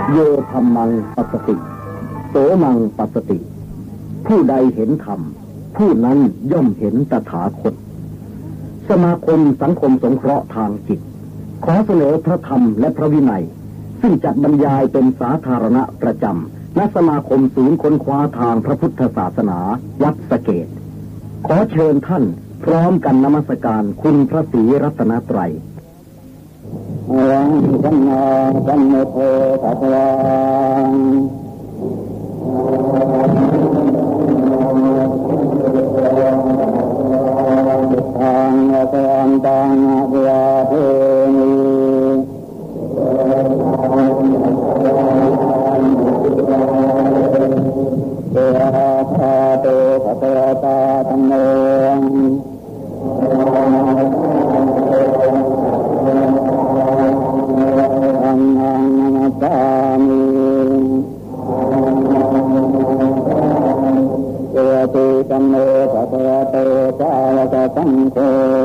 โยธัมมังปัสสติโสมังปัสสติผู้ใดเห็นธรรมผู้นั้นย่อมเห็นตถาคตสมาคมสังคมสงเคราะห์ทางจิตขอเสนอพระธรรมและพระวินัยซึ่งจัดบรรยายเป็นสาธารณะประจำณสมาคมศูนย์ค้นคว้าทางพระพุทธศาสนาวัดสะเกษขอเชิญท่านพร้อมกันนมัสการคุณพระศรีรัตนตรัยอะระหังสัมมาสัมพุทโธตัสสะทางอาสันตังอะภิวาเทมิเตระภะโตภะคะวะตาธัมโมธัมมังนัมสสามิเตติธัมโมภะคะวะโตสาวกสังโฆ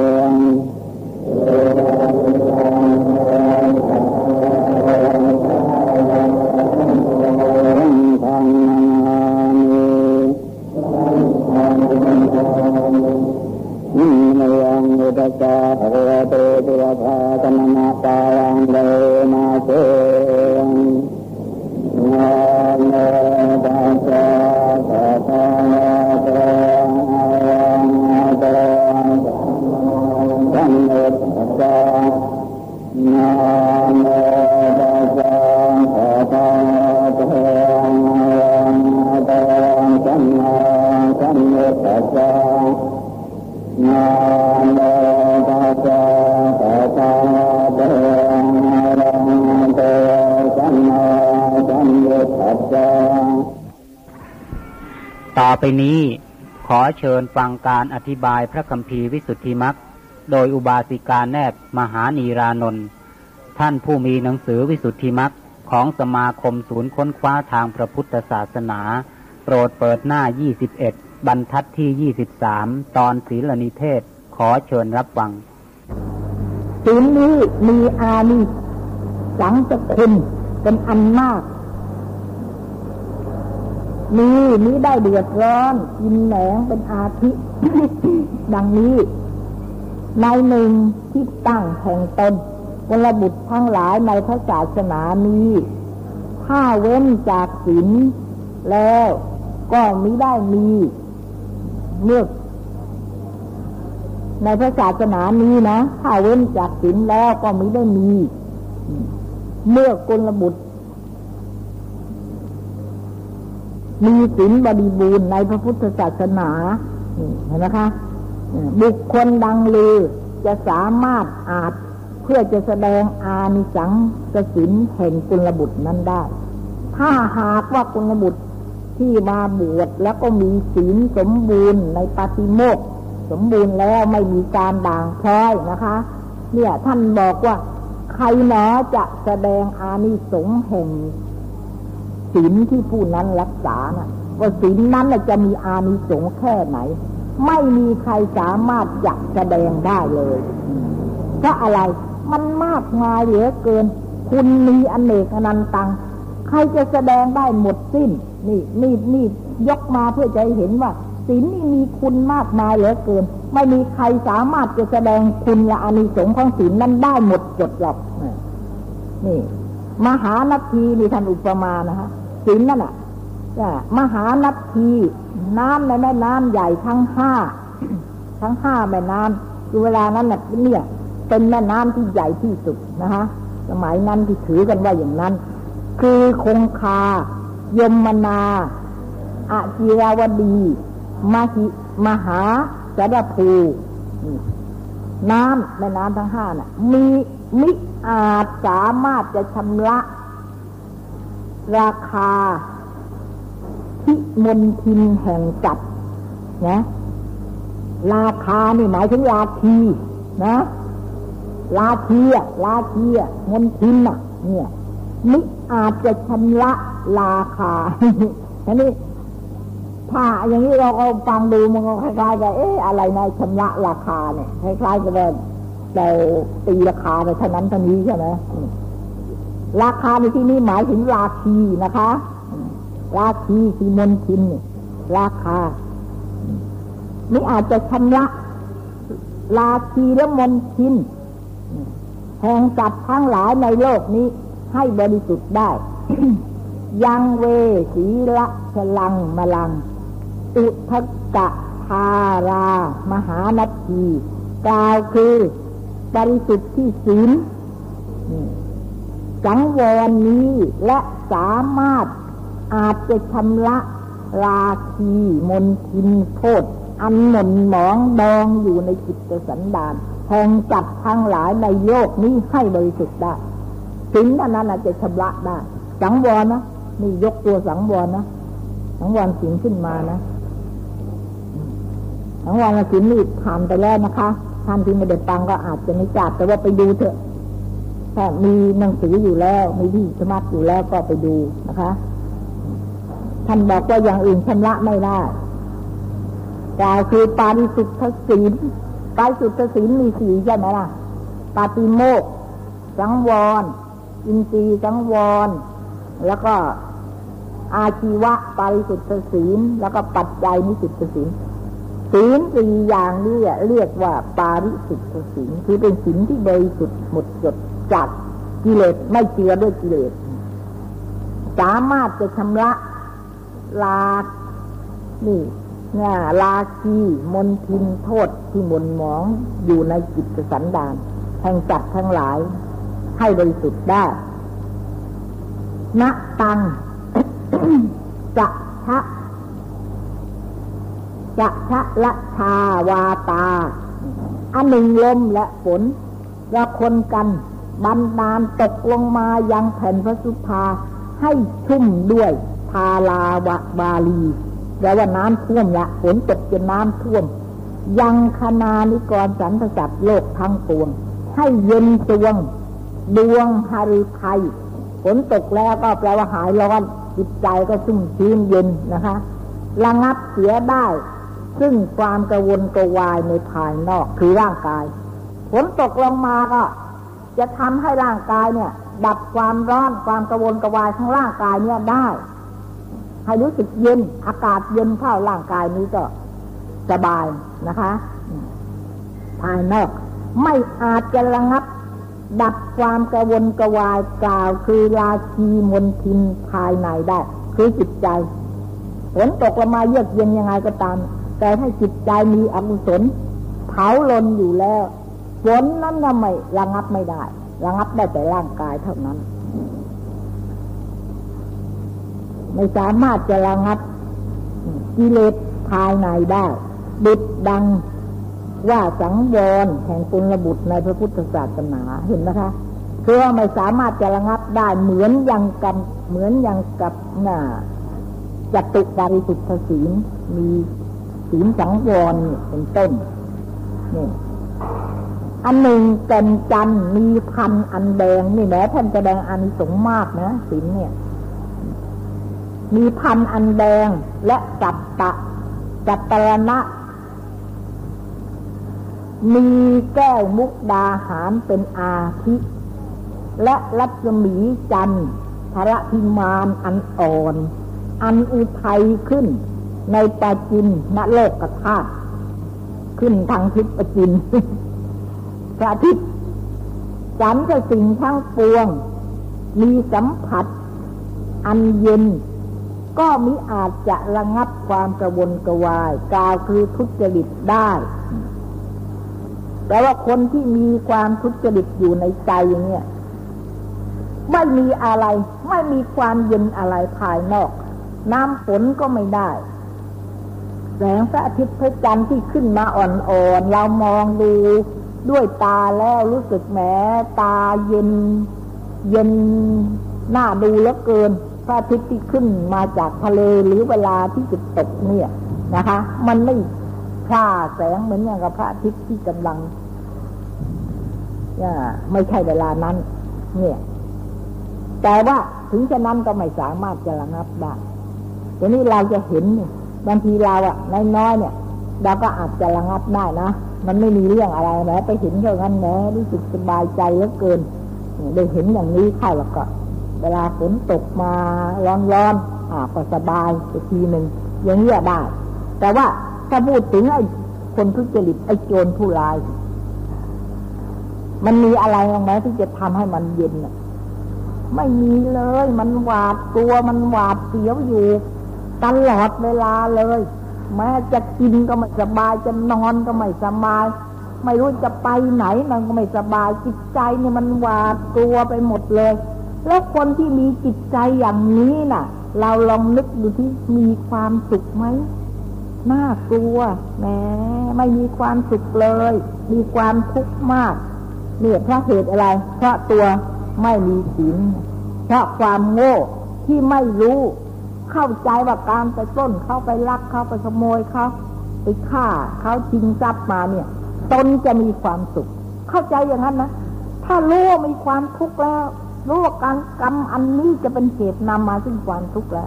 ตัสสะภะคะวะโตอะระหะโตสัมมาสัมพุทธัสสะนะโมตัสสะภะคะวะโตอะระหะโตสัมมาสัมพุทธัสสะนะโมตัสสะภะคะวะโตอะระหะโตสัมมาสัมพุทธัสสะนะโมตัสสะภะคะวะโตอะระหะโตสัมมาสัมพุทธัสสะต่อไปนี้ขอเชิญฟังการอธิบายพระคัมภีร์วิสุทธิมรรคโดยอุบาสิกาแนบมหานีรานนท์ท่านผู้มีหนังสือวิสุทธิมรรคของสมาคมศูนย์ค้นคว้าทางพระพุทธศาสนาโปรดเปิดหน้า21บรรทัดที่23ตอนศีลนิเทศขอเชิญรับฟังศีลนี้มีอานิสังสคุณเป็นอันมากมีได้เดือดร้อนกินแหนงเป็นอาทิ ดังนี้ในหนึ่งที่ตั้งแห่งตนกลบุตรทั้งหลายในพระศาสนานี้ถ้าเว้นจากศีลแล้วก็มิได้มีเมื่อในพระศาสนานี้นะถ้าเว้นจากศีลแล้วก็มิได้มีเมื่อกุลบุตรมีศีลบริบูรณ์ในพระพุทธศาสนาเห็นไหมคะบุคคลดังลือจะสามารถอาจเพื่อจะแสดงอานิสังสศีลแห่งกุลบุตรนั้นได้ถ้าหากว่ากุลบุตรที่มาบวชแล้วก็มีศีลสมบูรณ์ในปาฏิโมกข์สมบูรณ์แล้วไม่มีการด่างพร้อยนะคะเนี่ยท่านบอกว่าใครหนอจะแสดงอานิสงส์แห่งศีลที่ผู้นั้นรักษานะว่าศีลนั้นจะมีอานิสงส์แค่ไหนไม่มีใครสามารถจะแสดงได้เลยเพราะอะไรมันมากมายเหลือเกินคุณมีอเนกอนันตังใครจะแสดงได้หมดสิ้นนี่ยกมาเพื่อจะเห็นว่าศีลนี่มีคุณมากมายเหลือเกินไม่มีใครสามารถจะแสดงคุณและอานิสงส์ของศีลนั้นได้หมดจดหรอกนี่มหานัตถีนี่ท่านอุปมานะคะศีลนั่นน่ะมหานัตถีน้ำในแม่น้ำใหญ่ทั้งห้าแม่น้ำคือเวลานั้นน่ะเนี่ยเป็นแม่น้ำที่ใหญ่ที่สุดนะคะสมัยนั้นที่ถือกันว่าอย่างนั้นคือคงคายมนาอจิราวดีมหาสารภูน้ำแม่น้ำทั้งห้าน่ะมีมิอาจสามารถจะชำระราคาที่มนทินแห่งจัดนะราคานี่หมายถึงราคีนะราคีมนทินน่ะเนี่ยมิอาจจะชำระราคาอันนี้ถ้าอย่างนี้เราก็ฟังดูมันก็คล้ายๆกับอะไรนะชำระราคาเนี่ยคล้ายๆกับเราตีราคาไปเท่านั้นเท่านี้ใช่ไหมราคาในที่นี้หมายถึงราคีนะคะราคีคือมนทินราคานี่อาจจะชำระราคีและมนทินแห่งสัตว์ทั้งหลายในโลกนี้ให้บริสุทธิ์ได้ ยังเวสีละฉลังมลังอุทกกะทารามหานัตถีกล่าวคือบริสุทธิ์ที่ศีลสังวรนี้และสามารถอาจจะชำระราคีมนทินโทษอันหม่นหมองดองอยู่ในจิตสันดานแห่งจัดทั้งหลายในโลกนี้ให้บริสุทธิ์ได้ศีลอันนั้นอาจจะชำระได้สังวรนะนี่ยกตัวสังวรนะสังวรศีลขึ้นมานะสังวรศีลนี่ผ่านไปแล้วนะคะท่านที่ไม่ได้ฟังก็อาจจะไม่ทราบแต่ว่าไปดูเถอะถ้ามีหนังสืออยู่แล้วมีที่สมัครอยู่แล้วก็ไปดูนะคะท่านบอกว่าอย่างอื่นชำระไม่ได้กล่าวคือปาริสุทธศีลปาริสุทธศีลมีสี่ใช่ไหมล่ะปาติโมกข์สังวรอินทรีย์สังวรแล้วก็อาชีวะปาริสุทธศีลแล้วก็ปัจจัยนิสุทธศีลศีลสี่อย่างนี้เรียกว่าปาริสุทธศีลคือเป็นศีลที่บริสุทธิ์หมดจดจากกิเลสไม่เจือด้วยกิเลสสามารถจะชำระราราคีมนทินโทษที่หม่นหมองอยู่ในจิตสันดานแห่งจัดทั้งหลายให้บริสุทธิ์ได้ณตัง จะชะละชาวาตาอันหนึ่งลมและฝนละคนกันบันดาลตกลงมายังแผ่นพระสุธาให้ชุ่มด้วยทาลาวะบาลีแปลว่าน้ำท่วมละฝนตกจนน้ำท่วมยังคณานิกรสรรพสัตว์โลกทั้งปวงให้เย็นดวงหฤทัยฝนตกแล้วก็แปลว่าหายร้อนจิตใจก็ชุ่มชื้นเย็นนะคะระงับเสียได้ซึ่งความกระวนกระวายในภายนอกคือร่างกายฝนตกลงมาก็จะทำให้ร่างกายเนี่ยดับความร้อนความกระวนกระวายของร่างกายเนี่ยได้ให้รู้สึกเย็นอากาศเย็นเข้าร่างกายนี้ก็สบายนะคะภายนอกไม่อาจจะระงับดับความกระวนกระวายกล่าวคือราคีมนทินภายในได้คือจิตใจฝนตกลงมาเยือกเย็นยังไงก็ตามแต่ให้จิตใจมีอกุศลเผาลนอยู่แล้วฝนนั้นก็ไม่ระงับไม่ได้ระงับได้แต่ร่างกายเท่านั้นไม่สามารถจะระงับกิเลสภายในได้ดุจดังว่าสังวรแห่งกุลบุตรในพระพุทธศาสนาเห็นนะคะคือว่าไม่สามารถจะระงับได้เหมือนอย่างกับจตุปาริสุทธศีลมีศีลสังวรเป็นต้นนี่อันหนึ่งแก่นจันทร์มีพันอันแดงนี่แหละท่านแสดงอานิสงส์มากนะศีลเนี่ยมีพันอันแดงและจัตตรณะมีแก้วมุกดาหารเป็นอาทิและรัศมีจันทร์พระพิมานอันอ่อนอันอุทัยขึ้นในปาจินณโลกธาตุขึ้นทางทิศปาจิน พระอาทิตย์สรรพสิ่งทั้งปวงมีสัมผัสอันเย็นก็มิอาจจะระงับความกระวนกระวายกล่าวคือทุจริตได้แต่ว่าคนที่มีความทุจริตอยู่ในใจอย่างนี้ไม่มีอะไรไม่มีความเย็นอะไรภายนอกน้ำฝนก็ไม่ได้แสงพระอาทิตย์พระจันทร์ที่ขึ้นมาอ่อนๆเรามองดูด้วยตาแล้วรู้สึกแหมตาเย็นน่าดูเหลือเกินพระอาทิตย์ที่ขึ้นมาจากทะเลหรือเวลาที่จะตกเนี่ยนะคะมันไม่พร่าแสงเหมือนอย่างกับพระอาทิตย์ที่กำลังไม่ใช่เวลานั้นเนี่ยแต่ว่าถึงฉะนั้นก็ไม่สามารถจะระงับได้ทีนี้เราจะเห็นบางทีเราน้อยๆเนี่ยเราก็อาจจะระงับได้นะมันไม่มีเรื่องอะไรแม้ไปเห็นเท่านั้นแม้รู้สึกสบายใจเหลือเกินได้เห็นอย่างนี้เข้าแล้วก็เวลาฝนตกมาร้อนก็สบายไปทีหนึ่งอย่างนี้ได้แต่ว่าถ้าพูดถึงไอ้คนทุจริตไอ้โจรผู้ร้ายมันมีอะไรบ้างไหมที่จะทำให้มันเย็นไม่มีเลยมันหวาดกลัวมันหวาดเสียวอยู่ตลอดเวลาเลยแม้จะกินก็ไม่สบายจะนอนก็ไม่สบายไม่รู้จะไปไหนมันก็ไม่สบายจิตใจเนี่ยมันหวาดกลัวไปหมดเลยแล้วคนที่มีจิตใจอย่างนี้น่ะเราลองนึกดูที่มีความสุขไหมน่ากลัวแหมไม่มีความสุขเลยมีความทุกข์มากเนี่ยเพราะเหตุอะไรเพราะตัวไม่มีศีลเพราะความโง่ที่ไม่รู้เข้าใจว่าการไปปล้นเขาไปลักเขาไปขโมยเขาไปฆ่าเขาชิงทรัพย์มาเนี่ยตนจะมีความสุขเข้าใจอย่างนั้นนะถ้ารู้ว่ามีความทุกข์แล้วรู้ว่าการกรรมอันนี้จะเป็นเหตุนำมาซึ่งความทุกข์แล้ว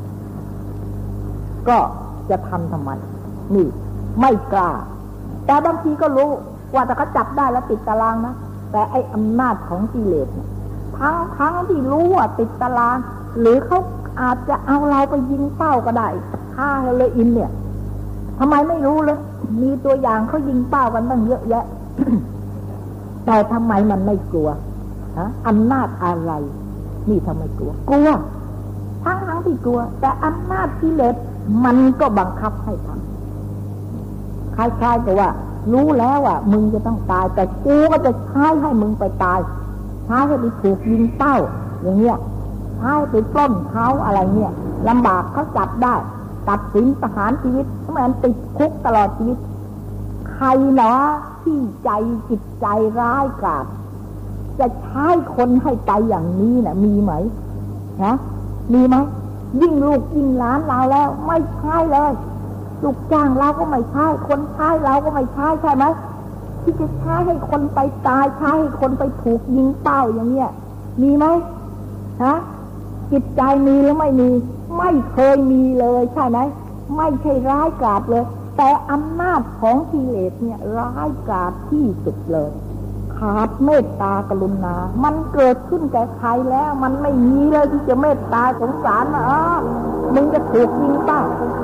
ก็จะทำไมนี่ไม่กล้าแต่บางทีก็รู้ว่าแต่เขาจับได้แล้วติดตารางนะแต่ไอ้อำนาจของกิเลสทั้งที่รู้ว่าติดตารางหรือเขาอาจจะเอาเราไปยิงเป้าก็ได้ฆ่าเฮโรอีนเนี่ยทำไมไม่รู้เลยมีตัวอย่างเขายิงเป้ากันตั้งเยอะแยะ แต่ทำไมมันไม่กลัวอำนาจอะไรนี่ทำไมกลัวทั้งที่กลัวแต่อำนาจกิเลสมันก็บังคับให้ทำคล้ายๆกับว่ารู้แล้วว่ามึงจะต้องตายแต่กูก็จะใช้ให้มึงไปตายใช้ให้ไปถูกยิงเป้าอย่างเงี้ยใช้ไปปล้นเขาอะไรเงี้ยลำบากเขาจับได้ตัดสินประหารชีวิตทำไมมันติดคุกตลอดชีวิตใครเนาะที่ใจจิตใจร้ายกาจจะใช้คนให้ไปอย่างนี้น่ะมีไหมนะมีไหมยิ่งลูกยิ่งหลานเราแล้วไม่ใช่เลยลูกจ้างเราก็ไม่ใช่คนใช้เราก็ไม่ใช่ใช่ไหมที่จะใช้ให้คนไปตายใช้ให้คนไปถูกยิงเป้าอย่างเนี้ยมีไหมฮะจิตใจมีหรือไม่มีไม่เคยมีเลยใช่ไหมไม่ใช่ร้ายกาจเลยแต่อำนาจของกิเลสเนี่ยร้ายกาจที่สุดเลยขาดเมตตากรุณามันเกิดขึ้นแก่ใครแล้วมันไม่มีเลยที่จะเมตตาสงสารนะมึงจะถูกยิงเป้า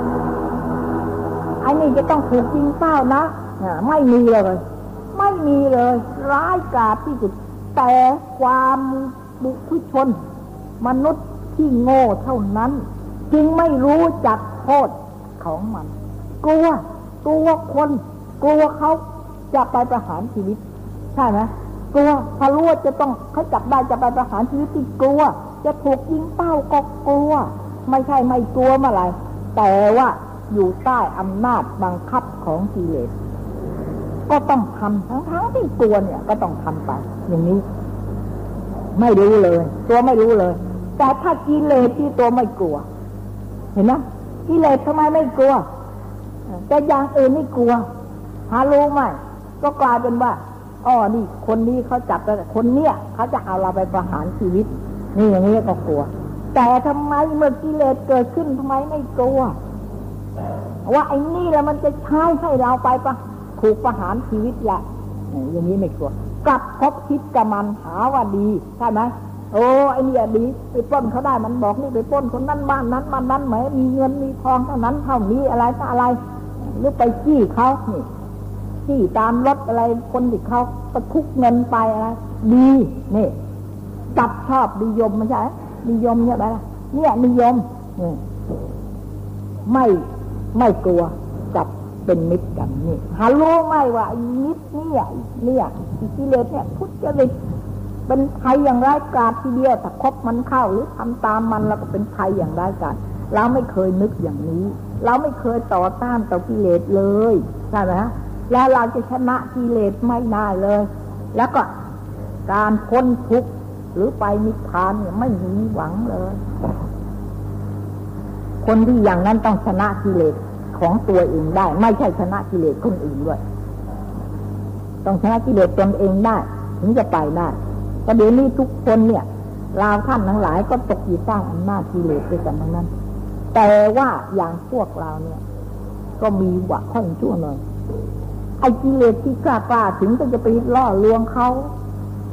ไอ้นี่จะต้องถูกยิงเป้านะไม่มีเลยไม่มีเลยร้ายกาจที่สุดแต่ความบุคุชนมนุษย์ที่โง่เท่านั้นจึงไม่รู้จักโทษของมันกลัวคนกลัวเขาจะไปประหารชีวิตใช่ไหมกลัวพอรู้ว่าจะต้องเขาจับได้จะไปประหารชีวิตที่กลัวจะถูกยิงเป้าก็กลัวไม่ใช่ไม่กลัวเมื่อไหร่แต่ว่าอยู่ใต้อำนาจบังคับของกิเลสก็ต้องทำทั้งที่กลัวเนี่ยก็ต้องทำไปอย่างนี้ไม่รู้เลยตัวไม่รู้เลยแต่ถ้ากิเลสที่ตัวไม่กลัวเห็นไหมกิเลสทำไมไม่กลัวแต่อย่างอื่นไม่กลัวหารู้ไหมก็กลายเป็นว่านี่คนนี้เขาจับแต่คนเนี้ยเขาจะเอาเราไปประหารชีวิตนี่อย่างนี้ก็กลัวแต่ทำไมเมื่อกิเลสเกิดขึ้นทำไมไม่กลัวว่าไอ้นี่แหละมันจะใช้ให้เราไปถูกประหารชีวิตแหละอย่างนี้ไม่กลัวกลับพบคิดกับมันหาว่าดีใช่ไหมไอ้นี่ดีไปปล้นเขาได้มันบอกนี่ไปปล้นคนนั้นบ้านนั้นมันนั้นไหมมีเงินมีทองเท่านั้นเท่านี้อะไรต่ออะไรหรือไปจี้เขานี่จี้ตามรถอะไรคนที่เขาตะคุกเงินไปอะไรดีนี่จับชอบนิยมไม่ใช่นิยมเนี่ยอะไรเนี่ยนิยมไม่กลัวจับเป็นมิตรกันนี่หารู้ไหมว่ามิตรเนี่ยกิเลสเนี่ยทุจริตเป็นภัยอย่างร้ายกาจทีเดียวถ้าคบมันเข้าหรือทำตามมันแล้วก็เป็นภัยอย่างร้ายกาจเราไม่เคยนึกอย่างนี้เราไม่เคยต่อต้านต่อกิเลสเลยใช่ไหมฮะแล้วเราจะชนะกิเลสไม่ได้เลยแล้วก็การพ้นทุกข์หรือไปนิพพานเนี่ยไม่มีหวังเลยคนที่อย่างนั้นต้องชนะกิเลสของตัวเองได้ไม่ใช่ชนะกิเลสคนอื่นด้วยต้องชนะกิเลสตนเองได้ถึงจะไปได้ประเดี๋ยวนี้ทุกคนเนี่ยเราท่านทั้งหลายก็ตกอยู่ใต้อำนาจกิเลสด้วยกันทั้งนั้นแต่ว่าอย่างพวกเราเนี่ยก็มีหวะค่อนชั่วหน่อยไอ้กิเลสที่กล้าถึงก็จะไปล่อลวงเขา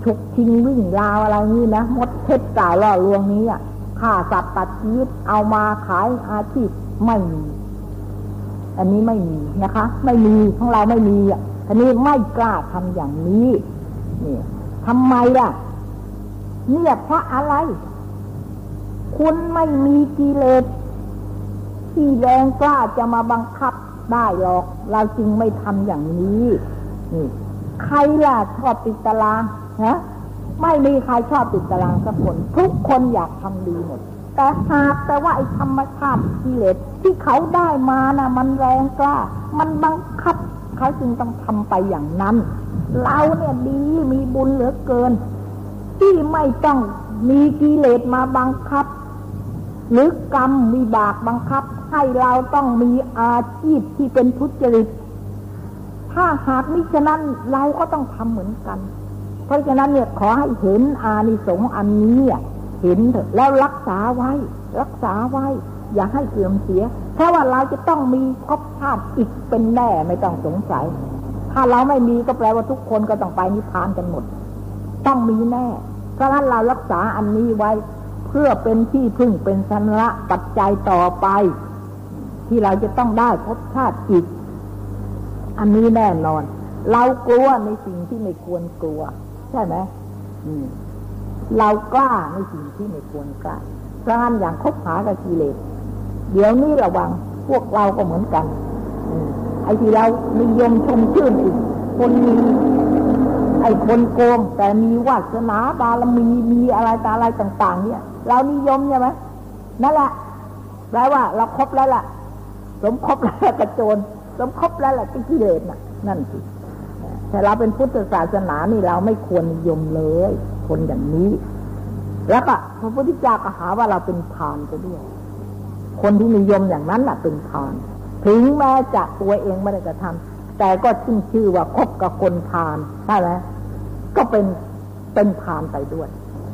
ฉกชิงวิ่งราวอะไรนี่นะมดเท็จกล่าวล่อลวงนี้ฆ่าสัตว์ตัดชีวิตเอามาขายอาชีพไม่มีอันนี้ไม่มีนะคะไม่มีของเราไม่มีอันนี้ไม่กล้าทำอย่างนี้นี่ทำไมล่ะเนี่ยเพราะอะไรคุณไม่มีกิเลสที่แรงกล้าจะมาบังคับได้หรอกเราจึงไม่ทำอย่างนี้นี่ใครล่ะชอบติดตารางนะไม่มีใครชอบติดตารางสักคนทุกคนอยากทำดีหมดแต่หากแต่ว่าไอ้ธรรมชาติกิเลสที่เขาได้มานะมันแรงกล้ามันบังคับเขาจึงต้องทำไปอย่างนั้นเราเนี่ยดีมีบุญเหลือเกินที่ไม่ต้องมีกิเลสมาบังคับหรือกรรมมีบาปบังคับให้เราต้องมีอาชีพที่เป็นทุจริตถ้าหากมิฉะนั้นเราก็ต้องทำเหมือนกันเพราะฉะนั้นเนี่ยขอให้เห็นอานิสงส์อันนี้เห็นเถอะแล้วรักษาไว้อย่าให้เสื่อมเสียเพราะว่าเราจะต้องมีภพชาติอีกเป็นแน่ไม่ต้องสงสัยถ้าเราไม่มีก็แปลว่าทุกคนก็ต้องไปนิพพานกันหมดต้องมีแน่เพราะฉะนั้นเรารักษาอันนี้ไว้เพื่อเป็นที่พึ่งเป็นสันละปัจจัยต่อไปที่เราจะต้องได้ภพชาติอีกอันนี้แน่นอนเรากลัวในสิ่งที่ไม่ควรกลัวใช่ไหมเรากล้าในสิ่งที่ไม่ควรกล้าการอย่างคบหากับกิเลสเดี๋ยวนี้ระวังพวกเราก็เหมือนกันไอ้ที่เรานิยมชมชื่นอีกคนมีไอ้คนโกงแต่มีวาสนาบารมีอะไรต่ออะไรต่างๆเนี่ยเรานิยมใช่ไหมนั่นแหละแปลว่าเราครบแล้วล่ะสมคบแล้วกับโจรสมคบแล้วแหละกับกิเลสนั่นสิแต่เราเป็นพุทธศาสนานี่เราไม่ควรนิยมเลยคนอย่างนี้แล้วก็พระพุทธเจ้าก็หาว่าเราเป็นพาลไปด้วยคนที่นิยมอย่างนั้นน่ะเป็นพาลถึงแม้จะตัวเองไม่ได้กระทำแต่ก็ขึ้นชื่อว่าคบกับคนพาลใช่ไหมก็เป็นพาลไปด้วย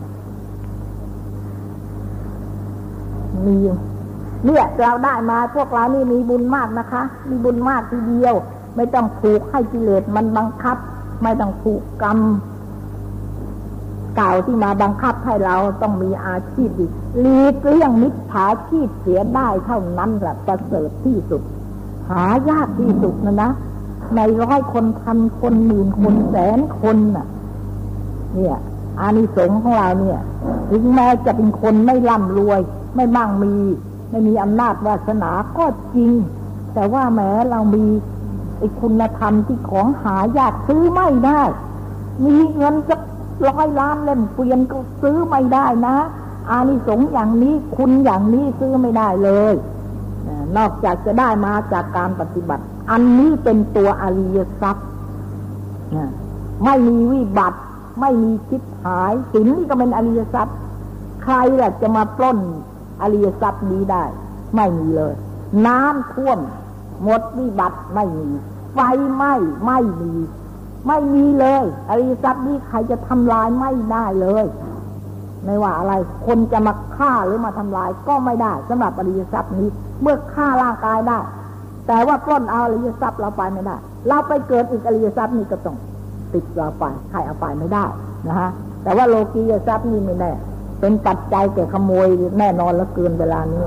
มีเนี่ยเราได้มาพวกเรานี่มีบุญมากนะคะมีบุญมากทีเดียวไม่ต้องถูกให้กิเลสมันบังคับไม่ต้องถูกกรรมเก่าที่มาบังคับให้เราต้องมีอาชีพอีกหลีกเลี่ยงมิจฉาชีพเสียได้เท่านั้นแหละประเสริฐที่สุดหายากที่สุดนะใน100 คนพันคนหมื่นคนแสนคนน่ะเนี่ยอานิสงส์ของเราเนี่ยถึงแม้จะเป็นคนไม่ร่ำรวยไม่มั่งมีไม่มีอำนาจวาสนาก็จริงแต่ว่าแม้เรามีไอ้คุณธรรมที่ของหายากซื้อไม่ได้มีเงินสัก100 ล้านเล่มเกวียนก็ซื้อไม่ได้นะอานิสงส์อย่างนี้คุณอย่างนี้ซื้อไม่ได้เลยนอกจากจะได้มาจากการปฏิบัติอันนี้เป็นตัวอริยทรัพย์ไม่มีวิบัติไม่มีคิดหายศีลนี่ก็เป็นอริยทรัพย์ใครล่ะจะมาปล้นอริยทรัพย์นี้ได้ไม่มีเลยน้ำท่วมหมดวิบัติไม่มีไฟไหม้ไม่มีเลยอริยทรัพย์นี้ใครจะทำลายไม่ได้เลยไม่ว่าอะไรคนจะมาฆ่าหรือมาทำลายก็ไม่ได้สำหรับอริยทรัพย์นี้เมื่อฆ่าร่างกายได้แต่ว่าปล้นเอาอริยทรัพย์เราไปไม่ได้เราไปเกิดอีกอริยทรัพย์นี้ก็ต้องติดเราไปใครเอาไปไม่ได้นะฮะแต่ว่าโลกียทรัพย์นี่ไม่แน่เป็นปัจจัยแก่ขโมยแน่นอนแล้วเกินเวลานี้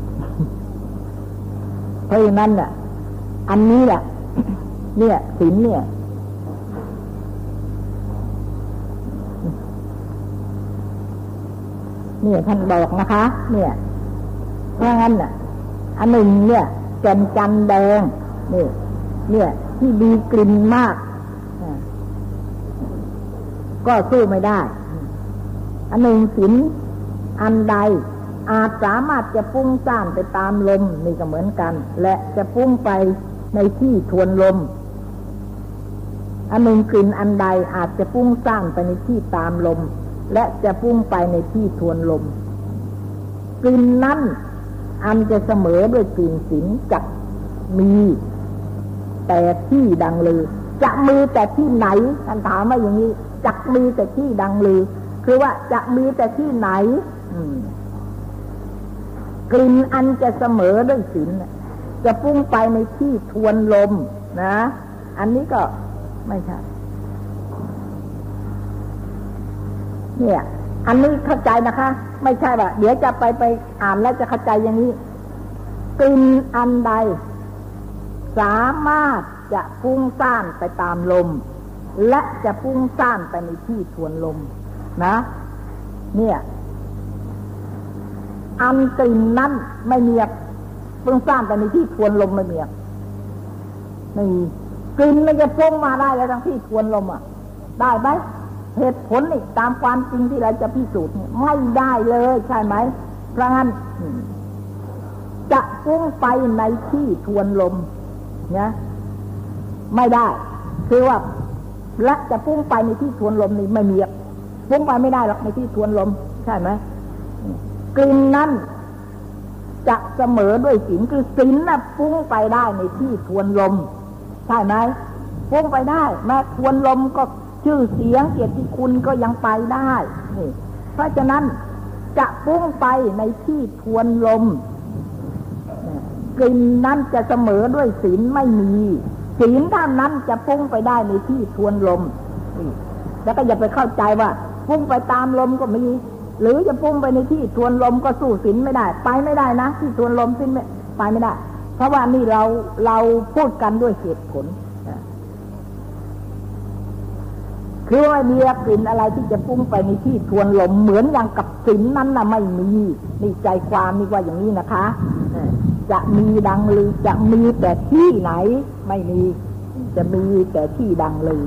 เพราะฉะนั้นน่ะอันนี้แหละเนี่ยศีลเนี่ยท่านบอกนะคะเนี่ยเพราะงั้นน่ะอันหนึ่งเนี่ยแก่นจันแดงเนี่ยที่ดีกลิ่นมากก็สู้ไม่ได้อันหนึ่งศีลอันใดอาจสามารถจะฟุ้งซ่านไปตามลมนี่ก็เหมือนกันและจะฟุ้งไปในที่ทวนลมอันหนึ่งกลิ่นอันใดอาจจะฟุ้งซ่านไปในที่ตามลมและจะฟุ้งไปในที่ทวนลมกลิ่นนั้นอันจะเสมอด้วยกลิ่นศีลจักมีแต่ที่ดังลือจะมีแต่ที่ไหนท่านถามว่าอย่างนี้จักมีแต่ที่ดังลือคือว่าจะมีแต่ที่ไหนกลิ่นอันจะเสมอด้วยศีลจะฟุ้งไปในที่ทวนลมนะอันนี้ก็ไม่ใช่เนี่ยอันนี้เข้าใจนะคะไม่ใช่ว่าเดี๋ยวจะไปอ่านแล้วจะเข้าใจอย่างนี้กลิ่นอันใดสามารถจะฟุ้งซ่านไปตามลมและจะฟุ้งซ่านไปในที่ทวนลมนะเนี่ยอันกลิ่นนั้นไม่มีฟุ้งซ่านไปในที่ทวนลมไม่มีกลิ่นมันจะฟุ้งมาได้แล้วทั้งที่ทวนลมได้ไหมเหตุผลนี่ตามความจริงที่เราจะพิสูจน์ไม่ได้เลยใช่ไหมเพราะงั้นจะฟุ้งไปในที่ทวนลมเนี่ยไม่ได้คือว่าและจะฟุ้งไปในที่ทวนลมนี่ไม่มีฟุ้งไปไม่ได้หรอกในที่ทวนลมใช่ไหมกลิ่นนั้นจะเสมอด้วยศีลคือศีลน่ะฟุ้งไปได้ในที่ทวนลมใช่ไหมฟุ้งไปได้แม้ทวนลมก็ชื่อเสียงเกียรติคุณก็ยังไปได้นี่เพราะฉะนั้นจะฟุ้งไปในที่ทวนลมกลิ่นนั้นจะเสมอด้วยศีลไม่มีศีลเท่านั้นจะฟุ้งไปได้ในที่ทวนลมแล้วก็อย่าไปเข้าใจว่าฟุ้งไปตามลมก็มีหรือจะฟุ้งไปในที่ทวนลมก็สู้ศีลไม่ได้ไปไม่ได้นะที่ทวนลมศีลไปไม่ได้เพราะว่านี่เราพูดกันด้วยเหตุผลคือว่ามีกลิ่นอะไรที่จะฟุ้งไปในที่ทวนลมเหมือนอย่างกับศีลนั้นน่ะไม่มีนี่ใจความนี่ว่าอย่างนี้นะคะจะมีดังลือจะมีแต่ที่ไหนไม่มีจะมีแต่ที่ดังลือ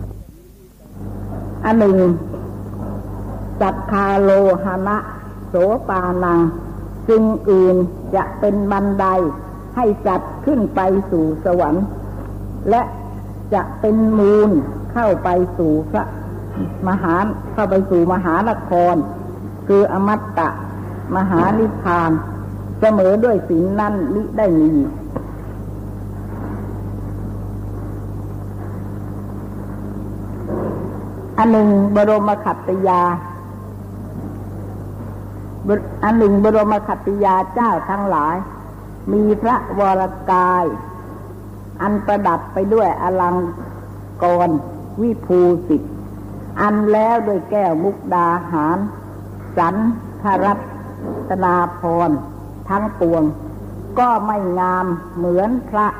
อันหนึ่งจัตคาโลหะนะโสปานังสิ่งอื่นจะเป็นบันไดให้จัดขึ้นไปสู่สวรรค์และจะเป็นมูลเข้าไปสู่พระเข้าไปสู่มหานครคืออมตะมหานิพพานเสมอด้วยศีลนั้นมิได้มีอันหนึ่งบรมขัตติยาเจ้าทั้งหลายมีพระวรกายอันประดับไปด้วยอลังกรวิภูสิทธิ์อันแล้วด้วยแก้วมุกดาหารสันทรัตนาภรณ์ทั้งปวงก็ไม่งามเหมือนพระ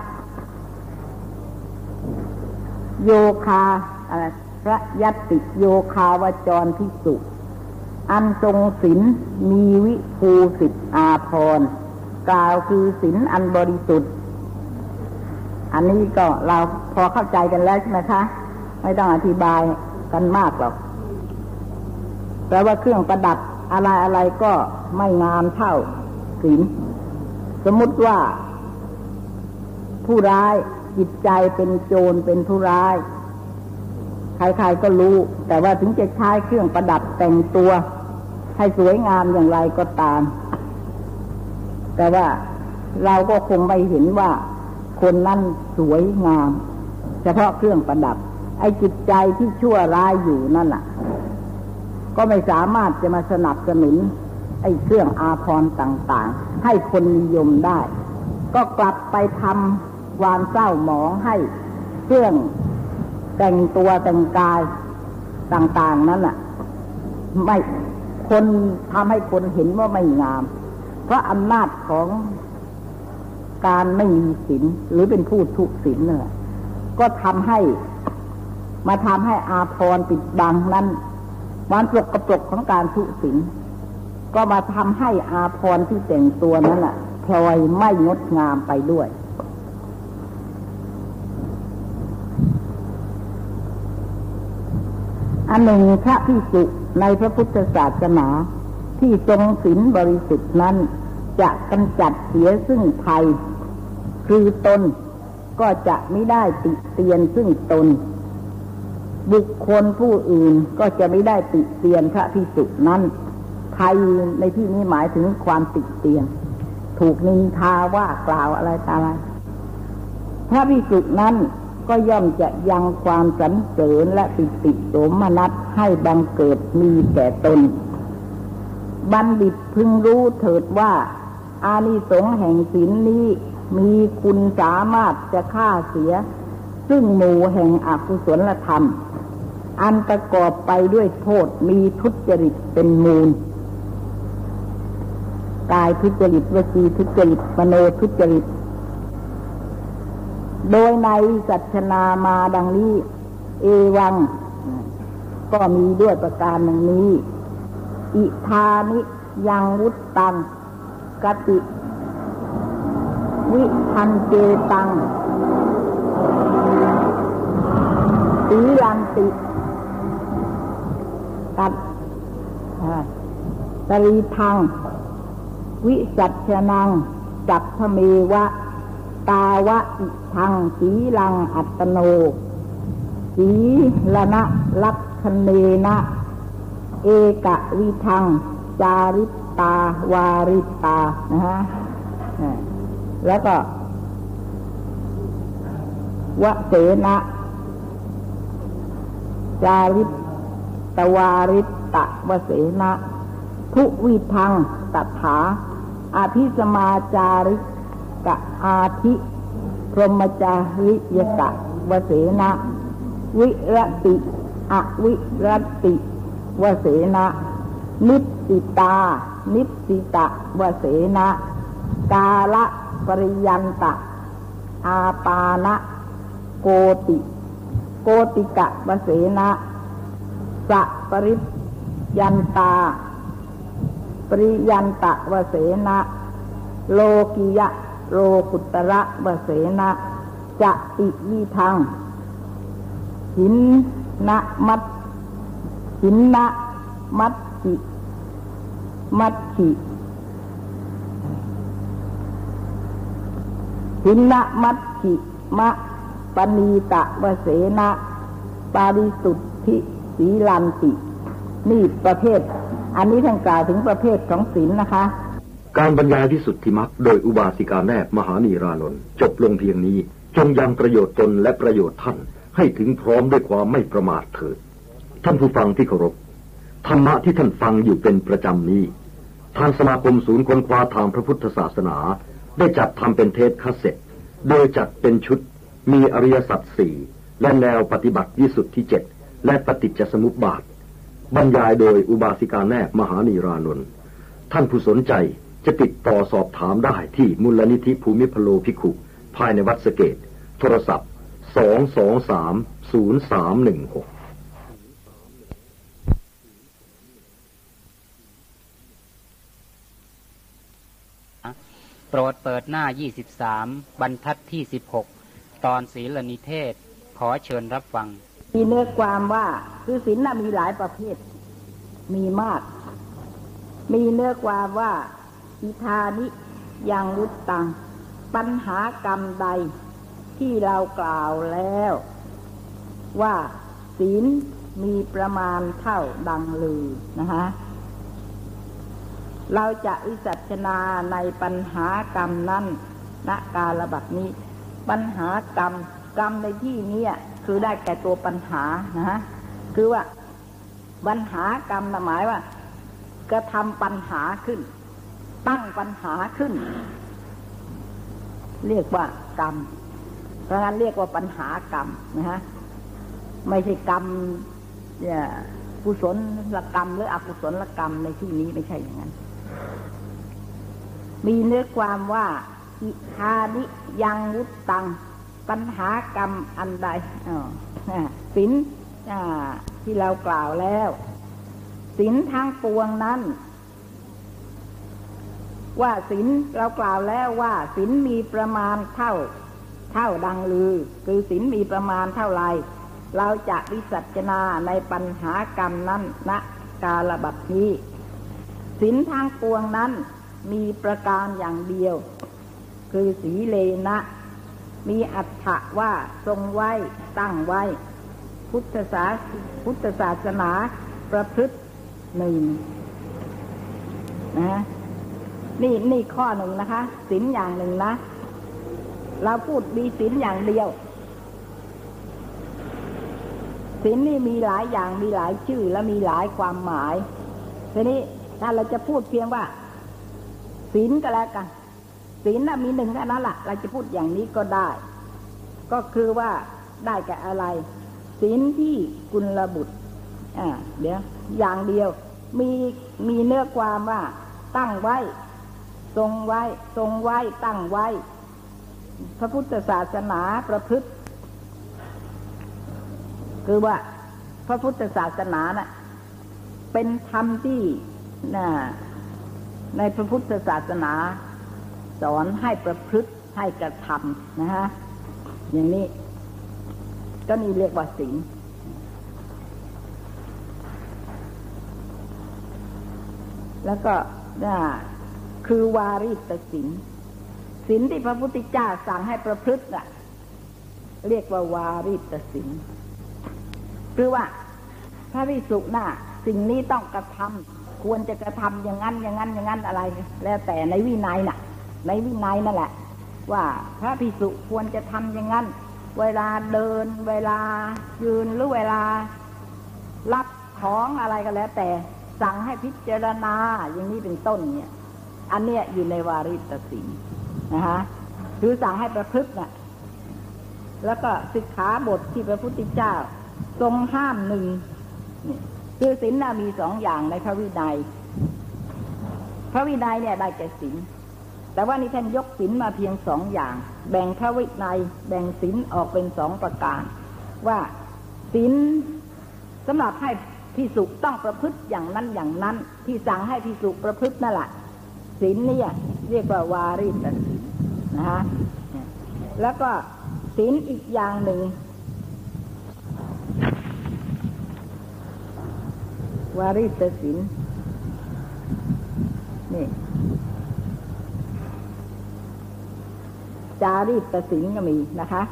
โยคาพระยัตติโยคาวจรภิกษุอันทรงศีลมีวิภูสิทธิอาภรณ์กล่าวคือศีลอันบริสุทธิ์อันนี้ก็เราพอเข้าใจกันแล้วใช่ไหมคะไม่ต้องอธิบายกันมากหรอกแปลว่าเครื่องประดับอะไรก็ไม่งามเท่าศีลสมมุติว่าผู้ร้ายจิตใจเป็นโจรเป็นผู้ร้ายใครๆก็รู้แต่ว่าถึงจะใช้เครื่องประดับแต่งตัวให้สวยงามอย่างไรก็ตามแต่ว่าเราก็คงไม่เห็นว่าคนนั้นสวยงามเฉพาะเครื่องประดับไอ้จิตใจที่ชั่วร้ายอยู่นั่นน่ะก็ไม่สามารถจะมาสนับสนุนไอ้เครื่องอาภรณ์ต่างๆให้คนนิยมได้ก็กลับไปทำความเศร้าหมองให้เครื่องแต่งตัวแต่งกายต่างๆนั้นน่ะไม่คนทำให้คนเห็นว่าไม่งามเพราะอำนาจของการไม่มีศีลหรือเป็นผู้ทุศีลเนี่ยก็ทำให้อาภรณ์ปิดบังนั้นความสกปรกของการทุศีลก็มาทำให้อาภรณ์ที่แต่งตัวนั้นน่ะพลอยไม่งดงามไปด้วยอันหนึ่งพระภิกษุในพระพุทธศาสนาที่ทรงศีลบริสุทธิ์นั้นจะกำจัดเสียซึ่งภัยคือตนก็จะไม่ได้ติเตียนซึ่งตนบุคคลผู้อื่นก็จะไม่ได้ติเตียนพระภิกษุนั้นภัยในที่นี้หมายถึงความติเตียนถูกนินทาว่ากล่าวอะไรต่างๆพระภิกษุนั้นก็ย่อมจะยังความสรรเสริญและปิติโสมนัสให้บังเกิดมีแก่ตนบัณฑิตพึงรู้เถิดว่าอานิสงส์แห่งศีลนี้มีคุณสามารถจะฆ่าเสียซึ่งหมู่แห่งอกุศลธรรมอันประกอบไปด้วยโทษมีทุจริตเป็นมูลกายทุจริตวจีทุจริตมโนทุจริตโดยในสัชนามาดังนี้เอวังก็มีด้วยประการหนึ่งนี้อิทานิยังวุตตังกติวิทันเจตังสีลันติตัดตรีทังวิสัชนังจักขเมวะตาวะอิทังสีลังอัตโนสีลนะลักขเนนะเอกวิทังจาริตาวาริตานะฮะแล้วก็วะเสนะจาริตวาริตะวะเสนะทุวิทังตถาอาทิสมาจาริกะอาทิพรหมจาริยกะวะเสนะวิรติอวิรติวะเสนะนิพสิตานิพสิตะวะเสนะกาละปริยันตะอาปานะโกติโกติกะวะเสนะสัปริยันตาปริยันตะวะเสนะโลกิยะโลกุตระวะเสนะจะติวิทังหินนะมัตหินนะมัตถิมัตถิหินนะมัตถิมะปณีตะวะเสนะปาริสุทธิสีลันตินี่ประเภทอันนี้ท่านกล่าวถึงประเภทของศีลนะคะการบรรยายวิสุทธิมรรคโดยอุบาสิกาแนบมหานีรานนท์จบลงเพียงนี้จงยังประโยชน์ตนและประโยชน์ท่านให้ถึงพร้อมด้วยความไม่ประมาทเถิดท่านผู้ฟังที่เคารพธรรมะที่ท่านฟังอยู่เป็นประจำนี้ทางสมาคมศูนย์ค้นคว้าทางพระพุทธศาสนาได้จัดทำเป็นเทปคาสเซ็ตโดยจัดเป็นชุดมีอริยสัจสี่และแนวปฏิบัติวิสุทธิเจ็ดและปฏิจจสมุปบาทบรรยายโดยอุบาสิกาแนบมหานีรานนท์ท่านผู้สนใจจะติดต่อสอบถามได้ที่มูลนิธิภูมิพโลภิกขุภายในวัดสะเกษโทรศัพท์2230316 โปรดเปิดหน้า23บรรทัดที่16ตอนศีลนิเทศขอเชิญรับฟังมีเนื้อความว่าคือศีลมีหลายประเภทมีมากมีเนื้อความว่าอิทานิยังวุตตังปัญหากรรมใดที่เรากล่าวแล้วว่าศีลมีประมาณเท่าดังลือนะคะเราจะวิจัชนาในปัญหากรรมนั้นณกาลบัดนี้ปัญหากรรมกรรมในที่นี้คือได้แก่ตัวปัญหานะฮะคือว่าปัญหากรรมหมายว่ากระทำปัญหาขึ้นตั้งปัญหาขึ้นเรียกว่ากรรมเพราะงั้นเรียกว่าปัญหากรรมนะฮะไม่ใช่กรรมกุศลกรรมหรืออกุศลกรรมในที่นี้ไม่ใช่อย่างนั้นมีเนื้อความว่าอิทานิยังวุตตังปัญหากรรมอันใดศีลที่เรากล่าวแล้วศีลทั้งปวงนั้นว่าศีลเรากล่าวแล้วว่าศีลมีประมาณเท่าดังลือคือศีลมีประมาณเท่าไรเราจะวิสัชนาในปัญหากรรมนั้นณกาลบัดนี้ศีลทั้งปวงนั้นมีประการอย่างเดียวคือสีเลนะมีอรรถะว่าทรงไว้ตั้งไว้พุทธศาสนาประพฤติหนึ่งนะนี่ข้อหนึ่งนะคะศีลอย่างหนึ่งนะเราพูดมีศีลอย่างเดียวศีลนี่มีหลายอย่างมีหลายชื่อและมีหลายความหมายทีนี้ถ้าเราจะพูดเพียงว่าศีลก็แล้วกันศีลมีหนึ่งแค่นั้นแหละเราจะพูดอย่างนี้ก็ได้ก็คือว่าได้แก่อะไรศีลที่กุลบุตรเดี๋ยวอย่างเดียวมีเนื้อความว่าตั้งไว้ทรงไว้ตั้งไว้พระพุทธศาสนาประพฤติคือว่าพระพุทธศาสนาน่ะเป็นธรรมที่ในพระพุทธศาสนาสอนให้ประพฤติให้กระทำนะฮะอย่างนี้ก็นี่เรียกว่าศีลแล้วก็คือวาริตศีลศีลที่พระพุทธเจ้าสั่งให้ประพฤติน่ะเรียกว่าวาริตศีลคือว่าพระภิกษุน่ะสิ่งนี้ต้องกระทำควรจะกระทำอย่างนั้นอะไรแล้วแต่ในวินัยน่ะในวินัยนั่นแหละว่าพระภิกษุควรจะทำอย่างนั้นเวลาเดินเวลายืนหรือเวลารับของอะไรก็แล้วแต่สั่งให้พิจารณาอย่างนี้เป็นต้นเนี่ยอันเนี้ยอยู่ในวาริตศีลนะฮะคือสั่งให้ประพฤติน่ะแล้วก็สิกขาบทที่พระพุทธเจ้าทรงห้ามหนึ่งคือศีลน่ะมีสองอย่างในพระวินัยเนี่ยได้แก่ศีลแต่ว่านี่ท่านยกศีลมาเพียงสองอย่างแบ่งพระวินัยแบ่งศีลออกเป็นสองประการว่าศีลสำหรับให้ภิกษุต้องประพฤติอย่างนั้นที่สั่งให้ภิกษุประพฤตินั่นแหละศีลนี่เรียกว่าวาริตศีลนะฮะแล้วก็ศีลอีกอย่างหนึ่งวาริตศีลนี่จารีตศีลก็มีนะคะ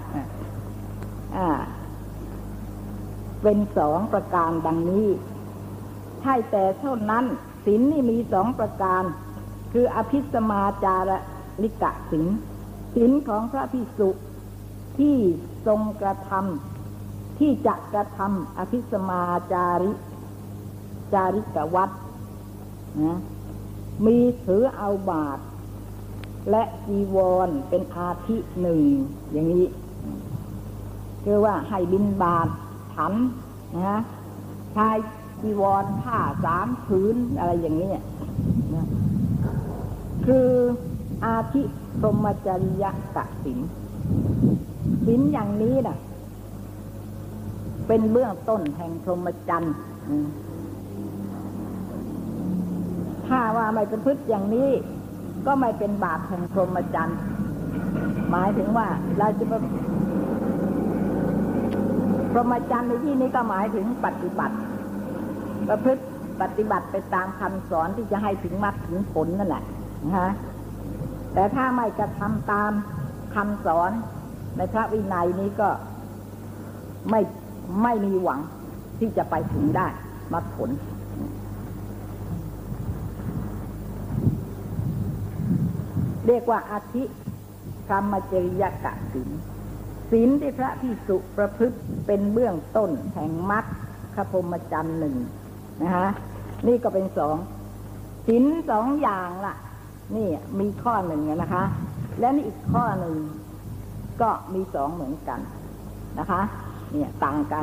เป็นสองประการดังนี้ใช่แต่เท่านั้นศีลนี่มีสองประการคืออภิสมาจาริกศีลศีลของพระภิกษุที่ทรงกระทำที่จะกระทำอภิสมาจาริกวัตรนะมีถือเอาบาตรและจีวรเป็นอาทิหนึ่งอย่างนี้คือว่าให้บิณฑบาตฉันนะชายจีวรผ้า3 ผืนอะไรอย่างนี้นะคืออาทิพรหมจริยศีลศีลอย่างนี้น่ะเป็นเบื้องต้นแห่งพรหมจรรย์ถ้าว่าไม่ประพฤติอย่างนี้ก็ไม่เป็นบาปแห่งพรหมจรรย์หมายถึงว่าเราจะพรหมจรรย์ในที่นี้ก็หมายถึงปฏิบัติประพฤติปฏิบัติไปตามคำสอนที่จะให้ถึงมรรคถึงผลนั่นแหละนะแต่ถ้าไม่กระทำตามคำสอนในพระวินัยนี้ก็ไม่มีหวังที่จะไปถึงได้มรรคผลเรียกว่าอธิกรรมจริยศีลศีลที่พระภิกษุประพฤติเป็นเบื้องต้นแห่งมรรคพรหมจรรย์หนึ่งนะฮะนี่ก็เป็นสองศีลสองอย่างล่ะนี่มีข้อหนึ่งนะคะและนี่อีกข้อหนึ่งก็มีสองเหมือนกันนะคะเนี่ยต่างกัน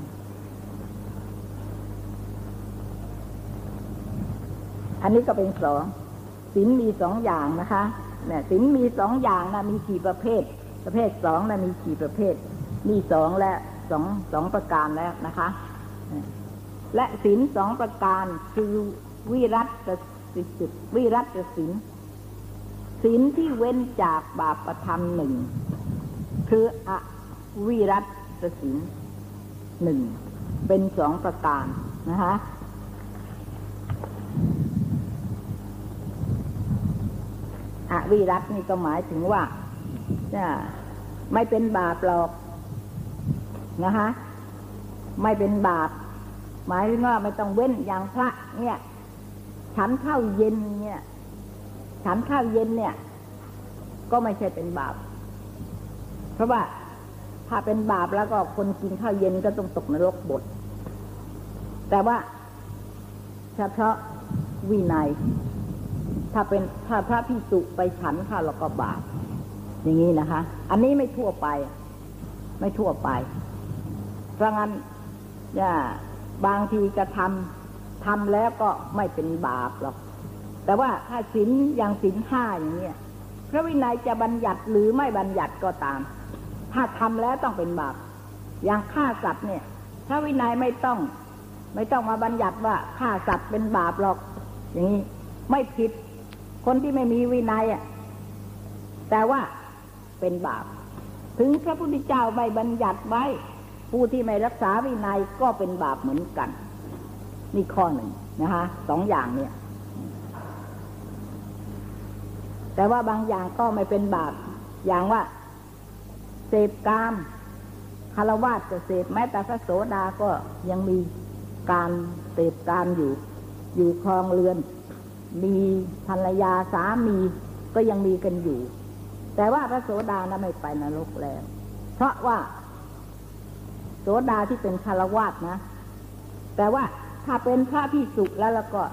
อันนี้ก็เป็นสองศีลมีสองอย่างนะคะเนี่ยศีลมีสองอย่างนะมีกี่ประเภทสองนะมีกี่ประเภทมีสองและสองประการแล้วนะคะและศีลสองประการคือวิรัตศีลศีลที่เว้นจากบาปธรรมหนึ่งคืออวิรัตศีลหนึ่งเป็นสองประการนะคะอวิรัตนี่ก็หมายถึงว่าไม่เป็นบาปหรอกนะคะไม่เป็นบาปหมายถึงว่าไม่ต้องเว้นอย่างพระเนี่ยฉันข้าวเย็นเนี่ยก็ไม่ใช่เป็นบาปเพราะว่าถ้าเป็นบาปแล้วก็คนกินข้าวเย็นก็ต้องตกนรกบดแต่ว่าเฉพาะวินัยถ้าพระภิกษุไปฉันข้าวแล้วก็บาปอย่างนี้นะคะอันนี้ไม่ทั่วไปราะงั้นบางทีจะทำแล้วก็ไม่เป็นบาปหรอกแต่ว่าถ้าศีลอย่างศีลห้าอย่างนี้พระวินัยจะบัญญัติหรือไม่บัญญัติก็ตามถ้าทำแล้วต้องเป็นบาปอย่างฆ่าสัตว์เนี่ยพระวินัยไม่ต้องมาบัญญัติว่าฆ่าสัตว์เป็นบาปหรอกอย่างนี้ไม่ผิดคนที่ไม่มีวินัยแต่ว่าเป็นบาปถึงพระพุทธเจ้าไม่บัญญัติไว้ผู้ที่ไม่รักษาวินัยก็เป็นบาปเหมือนกันนี่ข้อหนึ่งนะคะสองอย่างเนี่ยแต่ว่าบางอย่างก็ไม่เป็นบาปอย่างว่าเสพกามฆราวาสก็เสพแม้แต่พระโสดาก็ยังมีการเสพกามอยู่ครองเรือนมีภรรยาสามีก็ยังมีกันอยู่แต่ว่าพระโสดานั้นไม่ไปนรกแล้วเพราะว่าโสดาที่เป็นฆราวาสนะแต่ว่าถ้าเป็นพระภิกษุแล้วก็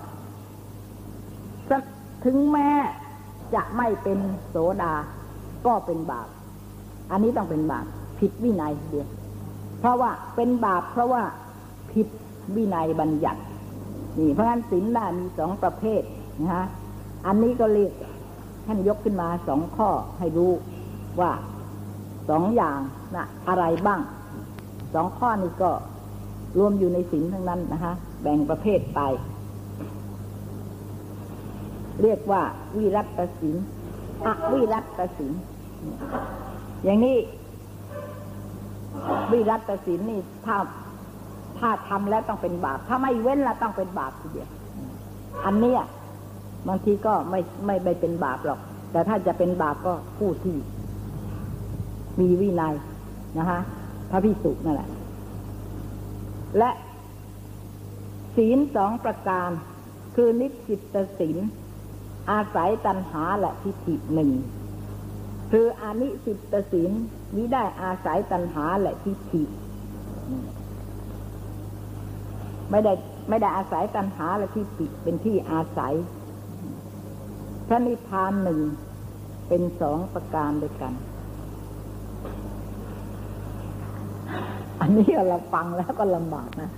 ถึงแม้จะไม่เป็นโสดาก็เป็นบาปอันนี้ต้องเป็นบาปผิดวินัยเดียวเพราะว่าเป็นบาปเพราะว่าผิดวินัยบัญญัตินี่เพราะฉะนั้นศีลน่ะมีสองประเภทนะฮะอันนี้ก็เรียกท่านยกขึ้นมาสองข้อให้รู้ว่าสองอย่างนะอะไรบ้างสองข้อนี้ก็รวมอยู่ในศีลทั้งนั้นนะคะแบ่งประเภทไปเรียกว่าวิรัตศีลอวิรัตศีลอย่างนี้วิรัตศีลนี่ถ้าทำแล้วต้องเป็นบาปถ้าไม่เว้นแล้วต้องเป็นบาปทีเดียวอันเนี้ยบางทีก็ไม่เป็นบาปหรอกแต่ถ้าจะเป็นบาปก็ผู้ที่มีวินัยนะคะพระภิกษุนั่นแหละและศีลสองประการคือนิสสิตศีลอาศัยตัณหาและทิฏฐิหนึ่งคืออนิสิตศีลมิได้อาศัยตัณหาและทิฏฐิไม่ได้อาศัยตัณหาและทิฏฐิเป็นที่อาศัยพระนิพพานหนึ่งเป็นสองประการด้วยกันอันนี้เราฟังแล้วก็ลำบากนะ